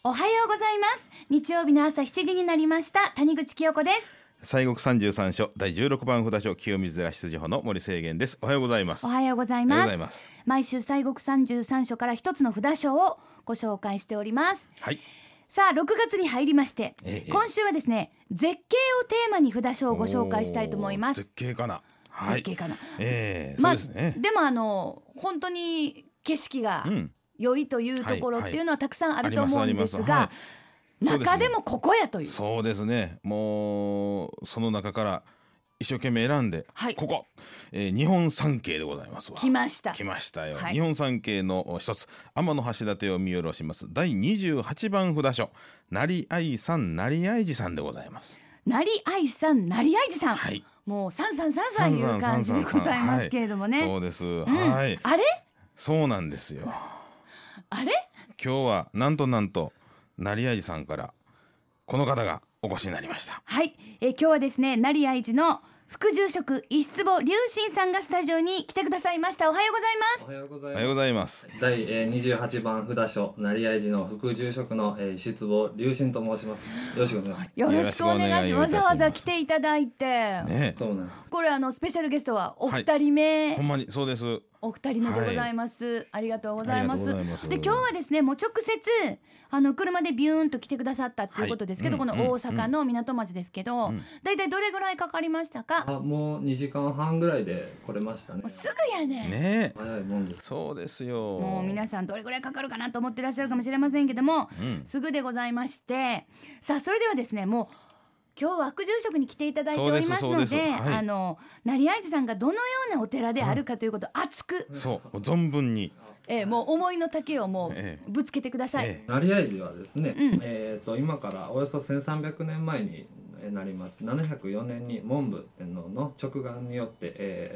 おはようございます。日曜日の朝7時になりました。谷口清子です。 西国33所第16番札所清水寺出自法の森清源です。おはようございます。 おはようございます。毎週西国33所から一つの札所をご紹介しております。 はい。 さあ6月に入りまして、今週はですね、絶景をテーマに札所をご紹介したいと思います。 絶景かな、 はい、絶景かな、 そうですね。 でも本当に景色が良いというところっていうのはたくさんあると思うんですが、中でもここやという。 そうですね。もうその中から一生懸命選んで、ここ、日本三景でございますわ。 来ましたよ、日本三景の一つ天橋立を見下ろします第28番札所成合山成合寺さんでございます。 成合山成合寺さん、はい、もう三三いう感じでございますけれどもね、 そうです、はい。あれそうなんですよ。 あれ今日はなんと成合寺さんからこの方がお越しになりました。 はい、今日はですね、成合寺の副住職石坪隆信さんがスタジオに来てくださいました。おはようございます。 おはようございます。 第28番札所成合寺の副住職の石坪隆信と申します。よろしくお願いします。 よろしくお願いします。わざわざ来ていただいて、 ね、 そうなんこれスペシャルゲストはお二人目、 ほんまにそうです。 お二人目でございます、ありがとうございます。で今日はですね、もう直接車でビューンと来てくださったっていうことですけど、この大阪の港町ですけど、だいたいどれぐらいかかりましたか？ もう2時間半ぐらいで来れましたね。 すぐやね。 早いもんです。 そうですよ。 もう皆さんどれぐらいかかるかなと思ってらっしゃるかもしれませんけども、すぐでございまして、さあそれではですね、もう今日は副住職に来ていただいておりますので、成合寺さんがどのようなお寺であるかということを熱く、 存分に、 もう思いの丈をもうぶつけてください。 成合寺はですね、今からおよそ1300年前になります704年に文武天皇の勅願によって、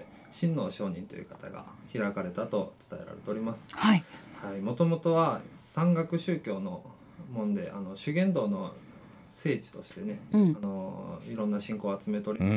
親王上人という方が開かれたと伝えられております。 はい、 もともとは山岳宗教のもんで修験道の聖地としてね、いろんな信仰を集めております。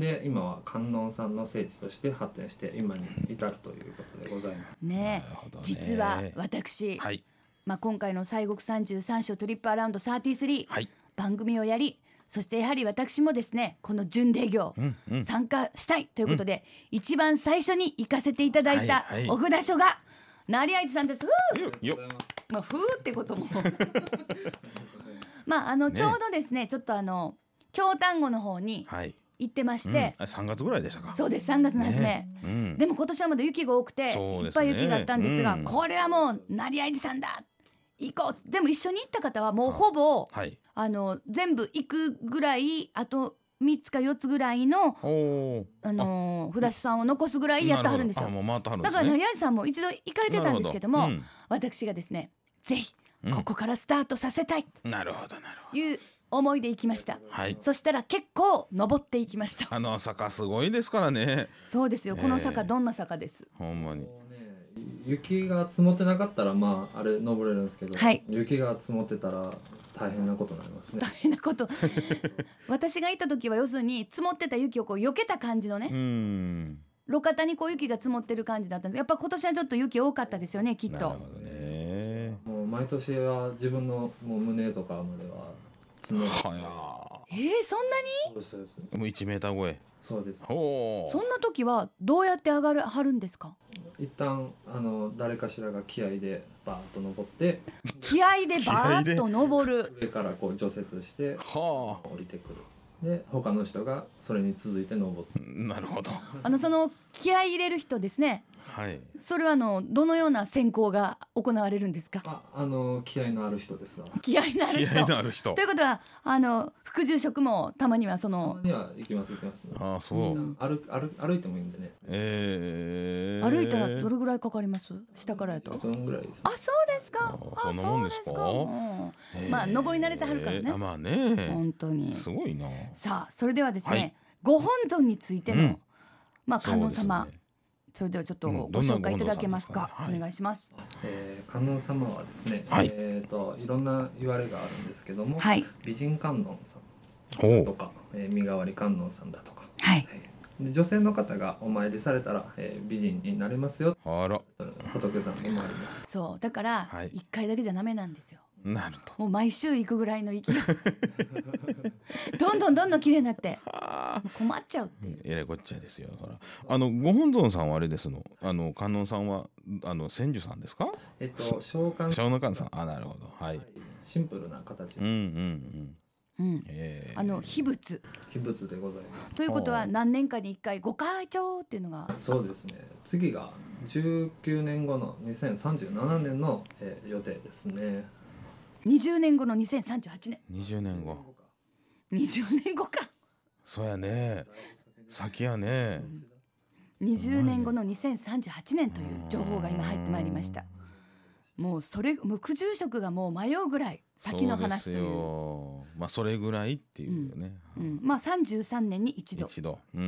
で今は観音さんの聖地として発展して今に至るということでございますね。実は私、今回の西国33所トリップアラウンド33、番組をやり、そしてやはり私もですね、この巡礼業、参加したいということで、一番最初に行かせていただいたお札所が成合寺さんです。ふーってこともちょうどですね、ちょっと京丹後の方に行ってまして、 3月ぐらいでしたか？ そうです、3月の初め、でも今年はまだ雪が多くて、いっぱい雪があったんですが、これはもう成合寺さんだ行こう。でも一緒に行った方はもうほぼ、全部行くぐらい、あと3つか4つぐらいの札所さんを残すぐらいやってはるんですよ。だから成合寺さんも一度行かれてたんですけども、私がですね、ぜひここからスタートさせたいという思いで行きました。そしたら結構登っていきました。 坂すごいですからね。 そうですよ、この坂どんな坂です。 ほんまに雪が積もってなかったらあれ登れるんですけど、雪が積もってたら大変なことになりますね。 大変なこと私が行った時は要するに積もってた雪を避けた感じのね、路肩に雪が積もってる感じだったんです。やっぱ今年はちょっと雪多かったですよね、きっと。 なるほどね。 もう毎年は自分のもう胸とかまでは積もる。 そんなに？ もう1メーター超え。 そうです。 そんな時はどうやってはるんですか？ 一旦誰かしらが気合でバーッと登って、 気合でバーッと登る、 上から除雪して降りてくる。で他の人がそれに続いて登って。 なるほど。 その気合い入れる人ですね。それはどのような選考が行われるんですか？ 気合のある人ですわ。 気合のある人ということは副住職もたまにはたまには行きます。 そう、 歩いてもいいんでね。 歩いたらどれぐらいかかります？下からやと 5分ぐらいです、 そうですか。 そんなもんですか？ 登り慣れてはるからね。本当にすごいな。 さあそれではですね、ご本尊についての観音様、それではちょっとご紹介いただけますか？お願いします。 観音様はですね、いろんな言われがあるんですけども、美人観音さんとか、身代わり観音さんだとか、で女性の方がお参りされたら、美人になれますよ。仏さんでもあります。 そうだから1回だけじゃダメなんですよ。 なると。 もう毎週行くぐらいの勢いどんどん綺麗になって困っちゃうっていう。 えらいこっちゃですよ。ほらご本尊さんはあれですの、観音さんは千手さんですか？ 小観さん。なるほど。はい。 シンプルな形。 秘仏でございます。 ということは何年かに1回ご開帳っていうのが。 そうですね。次が19年後の2037年の、予定ですね。 20年後の2038年。 20年後。 20年後か。 そうやね。先やね。 20年後の2038年という情報が今入ってまいりました。もう無垢住職がもう迷うぐらい先の話という。 まあそれぐらいっていうね。 まあ33年に一度。これ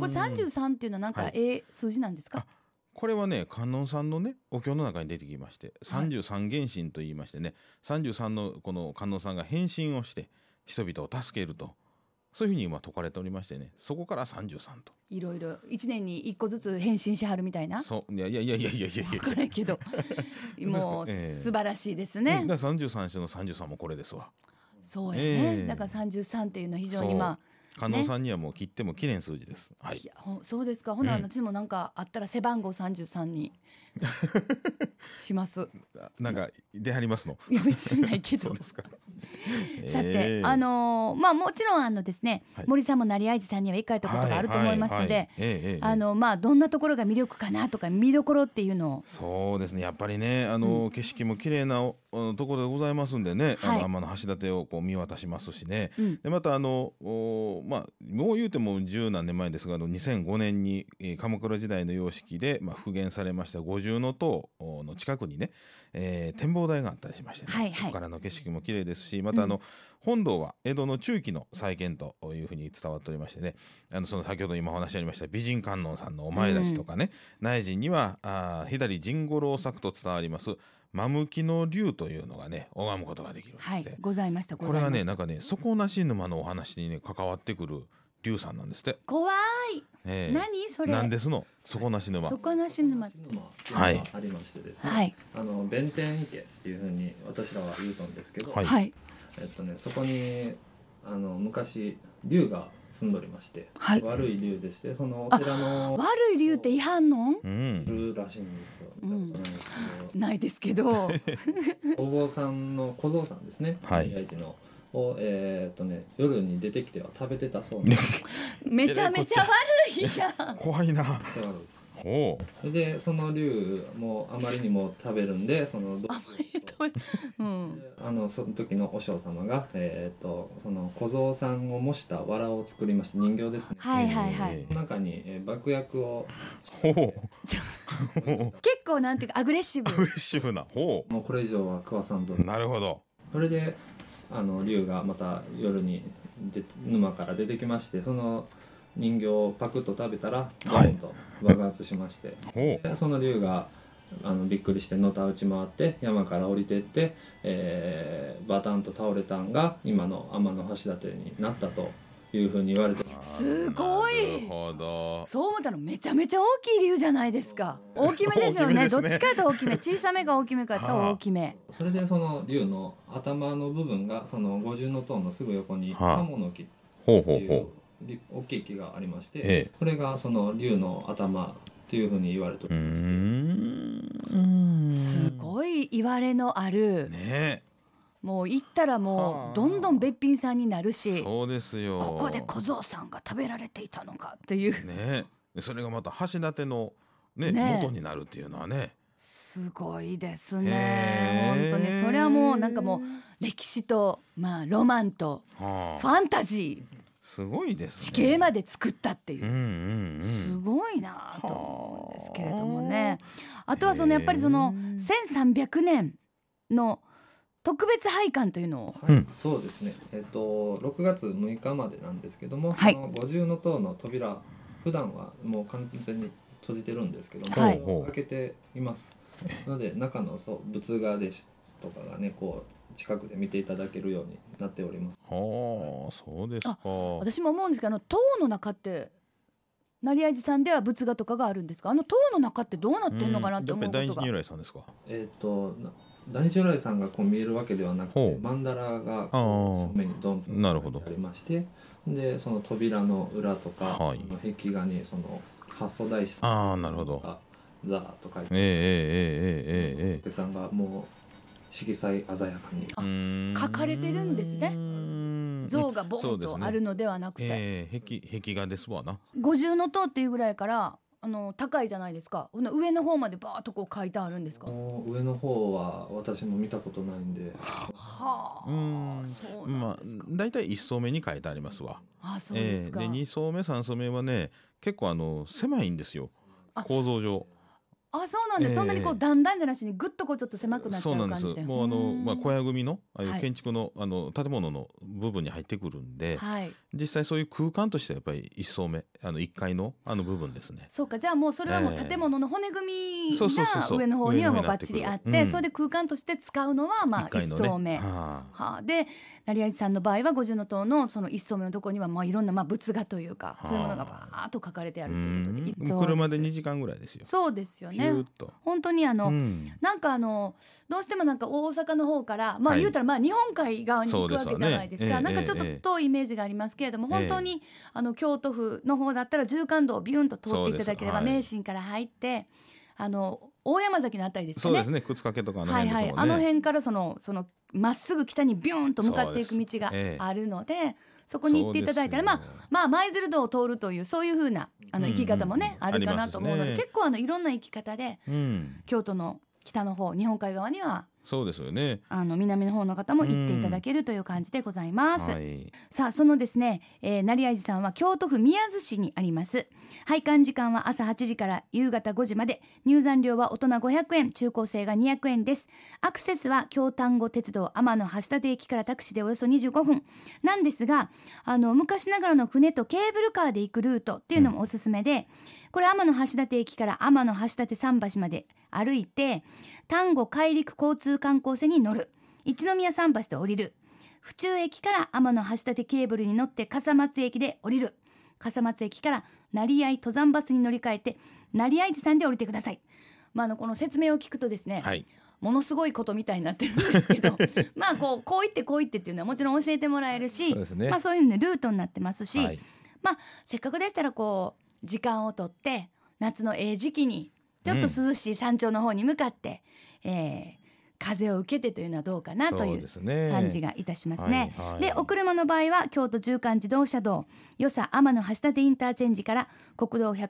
33っていうのはなんか数字なんですか？ これはね、観音さんのねお経の中に出てきまして、33原神と言いましてね、33のこの観音さんが変身をして人々を助けると、そういうふうに今説かれておりましてね、そこから33と。 いろいろ1年に1個ずつ変身しはるみたいな。 いや分からないけどもう素晴らしいですね。 だから33種の33もこれですわ。 そうやね。だから33っていうのは非常に観音さんにはもう切っても綺麗な数字です。はい。 いやそうですか。ほな私もなんかあったら背番号33にします。 なんか出はりますの？ いや別にないけど。 そうですか。 さてまあもちろんですね、森さんも成合寺さんには行かれたことがあると思いますので、まあどんなところが魅力かなとか見どころっていうのを。 そうですね。やっぱりね景色も綺麗なところでございますんでね、天の橋立をこう見渡しますしね。でまたまあもう言うても十何年前ですが2005年に鎌倉時代の様式で復元されました五重塔の近くにね、展望台があったりしましてね、そこからの景色も綺麗ですし、また本堂は江戸の中期の再建というふうに伝わっておりましてね、その先ほど今お話ありました美人観音さんのお前立ちとかね、内陣には左甚五郎作と伝わります真向きの竜というのがね拝むことができるんですって。 ございました。 これはねなんかね底なし沼のお話にね関わってくる竜さんなんですって。 怖い。何それ？ なんですの底なし沼。 底なし沼っていうのがありましてですね。弁天池っていうふうに私らは言うとんですけど、そこに昔竜が住んでおりまして、悪い竜でして、そのお寺の悪い竜って違反の？ いるらしいんですよ。 ないですけど。 お坊さんの小僧さんですね。大事の。を夜に出てきては食べてたそうです。 めちゃめちゃ悪いやん。 怖いな。 それでその竜もあまりにも食べるんで、そのその時の和尚様がその小僧さんを模した藁を作りました人形ですね。その中に爆薬を結構なんていうかアグレッシブな。 もうこれ以上は食わさんぞ。 なるほど。 それで竜がまた夜に沼から出てきまして、その人形をパクッと食べたらドーンと爆発しまして、その竜がびっくりしてのたうち回って山から降りていって、バタンと倒れたんが今の天の橋立になったというふうに言われてます。 すごい。そう思ったらめちゃめちゃ大きい竜じゃないですか。大きめですよね。どっちかと大きめ、小さめが大きめかと大きめ。 それでその竜の頭の部分がその五重塔のすぐ横に鴨の木っていう大きい木がありまして、これがその竜の頭っていうふうに言われておりまして、すごい言われのある。もう行ったらもうどんどんべっぴんさんになるし、 そうですよ。 ここで小僧さんが食べられていたのかっていうね。それがまた橋立の元になるっていうのはね。 すごいですね。本当にそれはもうなんかもう歴史とロマンとファンタジー。 すごいですね。 地形まで作ったっていう、すごいなと思うんですけれどもね。あとはやっぱりその1300年の特別拝観というのを、 そうですね。6月6日までなんですけども、五重塔の扉普段はもう完全に閉じてるんですけども、開けていますので中の仏画ですとかがねこう近くで見ていただけるようになっております。 そうですか。 私も思うんですけど塔の中って成合寺さんでは仏画とかがあるんですか？塔の中ってどうなってんのかなって思うことが。 やっぱり大日如来さんですか？ 大日如来さんがこう見えるわけではなくて、曼荼羅が正面にドンとありまして、でその扉の裏とか、はい、壁画にその八祖大師さんがザーッと書いて、仏さんがもう色彩鮮やかに書かれてるんですね。像がボンとあるのではなくて、 壁画ですわな。 五重塔っていうぐらいから高いじゃないですか。上の方までバーッとこう書いてあるんですか？ 上の方は私も見たことないんで。 はあ、そうなんですか。 だいたい1層目に書いてありますわ。 そうですか。 で2層目3層目はね結構狭いんですよ、構造上。 そうなんです、そんなにこうだんだんじゃなしにぐっとこうちょっと狭くなっちゃう感じで。 そうなんです。もう小屋組の建築の建物の部分に入ってくるんで、はい、実際そういう空間としてはやっぱり1層目1階の部分ですね。 そうか、じゃあもうそれはもう建物の骨組みが上の方にはもうバッチリあって、それで空間として使うのはまあ1層目、で成合さんの場合は五重塔のその1層目のところにはまあいろんな仏画というかそういうものがバーッと書かれてあるということで、 車で2時間ぐらいですよ。 そうですよね。本当になんかどうしてもなんか大阪の方から言うたらまあ日本海側に行くわけじゃないですか。なんかちょっと遠いイメージがありますけれども、本当に京都府の方だったら縦貫道をビュンと通っていただければ名神から入って大山崎のあたりですよね。 そうですね、靴掛とか辺ですもんね。 あの辺からそのまっすぐ北にビューンと向かっていく道があるので、そこに行っていただいたらまあ舞鶴道を通るというそういう風な生き方もねあるかなと思うので、結構いろんな生き方で京都の北の方日本海側にはそうですよね、 南の方の方も行っていただけるという感じでございます、さあそのですね、成合さんは京都府宮津市にあります。拝観時間は朝8時から夕方5時まで、入山料は大人500円、中高生が200円です。アクセスは京丹後鉄道天橋立駅からタクシーでおよそ25分なんですが、昔ながらの船とケーブルカーで行くルートっていうのもおすすめで、これ天橋立駅から天橋立桟橋まで歩いて丹後海陸交通観光船に乗る、一宮桟橋で降りる、府中駅から天橋立ケーブルに乗って笠松駅で降りる、笠松駅から成合登山バスに乗り換えて成合寺さんで降りてください。この説明を聞くとですね、ものすごいことみたいになってるんですけどこう言ってこう言ってっていうのはもちろん教えてもらえるし、そういうのルートになってますし、せっかくでしたらこう時間をとって夏の時期にちょっと涼しい山頂の方に向かって、風を受けてというのはどうかなという感じがいたしますね。でお車の場合は京都縦貫自動車道与謝天橋立インターチェンジから国道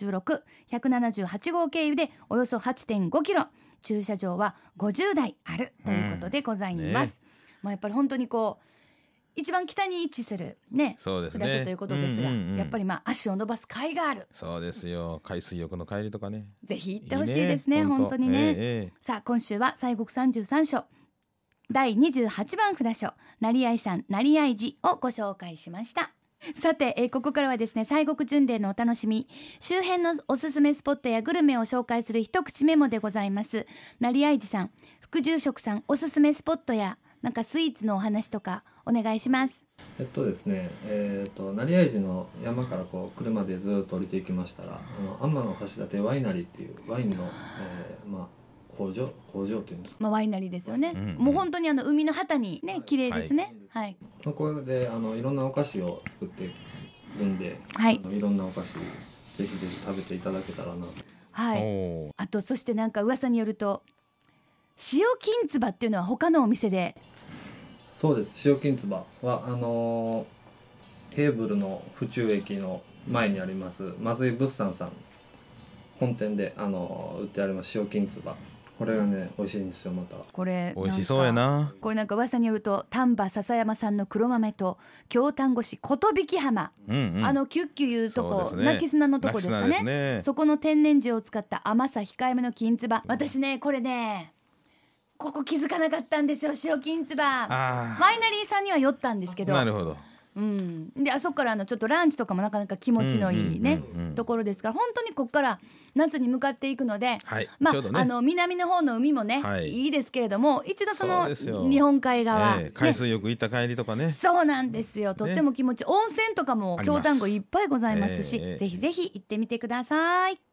176、178号経由でおよそ 8.5 キロ、駐車場は50台あるということでございます、やっぱり本当にこう一番北に位置するね、 そうですね、 札所ということですが、やっぱり足を伸ばす甲斐がある。 そうですよ、海水浴の帰りとかね、 ぜひ行ってほしいですね、本当にね、さあ今週は西国33所第28番札所成合山成合寺をご紹介しました。さて、ここからはですね西国巡礼のお楽しみ、周辺のおすすめスポットやグルメを紹介する一口メモでございます。成合寺さん副住職さん、おすすめスポットやなんかスイーツのお話とかお願いします。 ですね、成合寺の山からこう車でずっと降りていきましたら天橋立ワイナリーっていうワインの、工場っていうんですか、 ワイナリーですよね、もう本当に海の旗にね綺麗ですね、 ここでいろんなお菓子を作ってるんで、いろんなお菓子ぜひぜひ食べていただけたらな。 あとそしてなんか噂によると塩金つばっていうのは他のお店で。 そうです、塩金つばはケーブルの府中駅の前にあります松井物産さん本店で売ってあります塩金つば、これがね美味しいんですよ。またこれ美味しそうやな。 これなんか噂によると丹波篠山産の黒豆と京丹後市琴引浜、キュッキュいうとこ、泣き砂のとこですかね、そこの天然塩を使った甘さ控えめの金つば、私ねこれねここ気づかなかったんですよ、塩金つば。ワイナリーさんには寄ったんですけど、 なるほど、 であそこからちょっとランチとかもなかなか気持ちのいいねところですから、本当にここから夏に向かっていくので、南の方の海もね、いいですけれども、一度その日本海側、 海水浴行った帰りとかね、 そうなんですよ、とっても気持ち、温泉とかも京丹後いっぱいございますし、ぜひぜひ行ってみてください。